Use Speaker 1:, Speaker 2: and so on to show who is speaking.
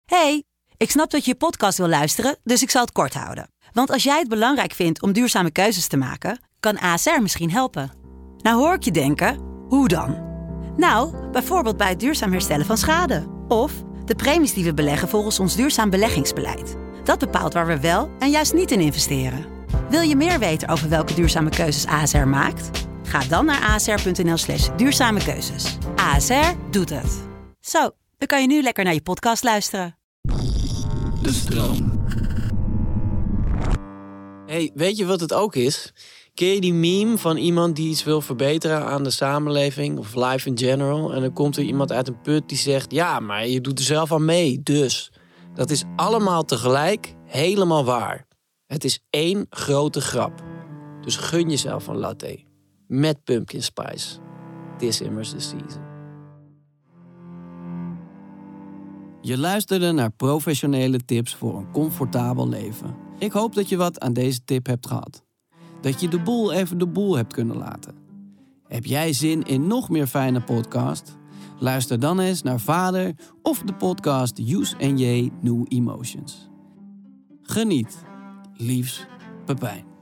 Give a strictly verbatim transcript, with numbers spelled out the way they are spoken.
Speaker 1: Hey, ik snap dat je je podcast wil luisteren, dus ik zal het kort houden. Want als jij het belangrijk vindt om duurzame keuzes te maken, kan A S R misschien helpen. Nou hoor ik je denken, hoe dan? Nou, bijvoorbeeld bij het duurzaam herstellen van schade. Of de premies die we beleggen volgens ons duurzaam beleggingsbeleid. Dat bepaalt waar we wel en juist niet in investeren. Wil je meer weten over welke duurzame keuzes A S R maakt? Ga dan naar asr.nl slash duurzame keuzes. A S R doet het. Zo, dan kan je nu lekker naar je podcast luisteren.
Speaker 2: De stroom.
Speaker 3: Hey, weet je wat het ook is? Ken je die meme van iemand die iets wil verbeteren aan de samenleving of life in general? En dan komt er iemand uit een put die zegt, ja, maar je doet er zelf aan mee, dus. Dat is allemaal tegelijk helemaal waar. Het is één grote grap. Dus gun jezelf een latte. Met pumpkin spice. This immers the season.
Speaker 2: Je luisterde naar professionele tips voor een comfortabel leven. Ik hoop dat je wat aan deze tip hebt gehad. Dat je de boel even de boel hebt kunnen laten. Heb jij zin in nog meer fijne podcast? Luister dan eens naar Vader of de podcast Use en J New Emotions. Geniet. Liefs, Pepijn.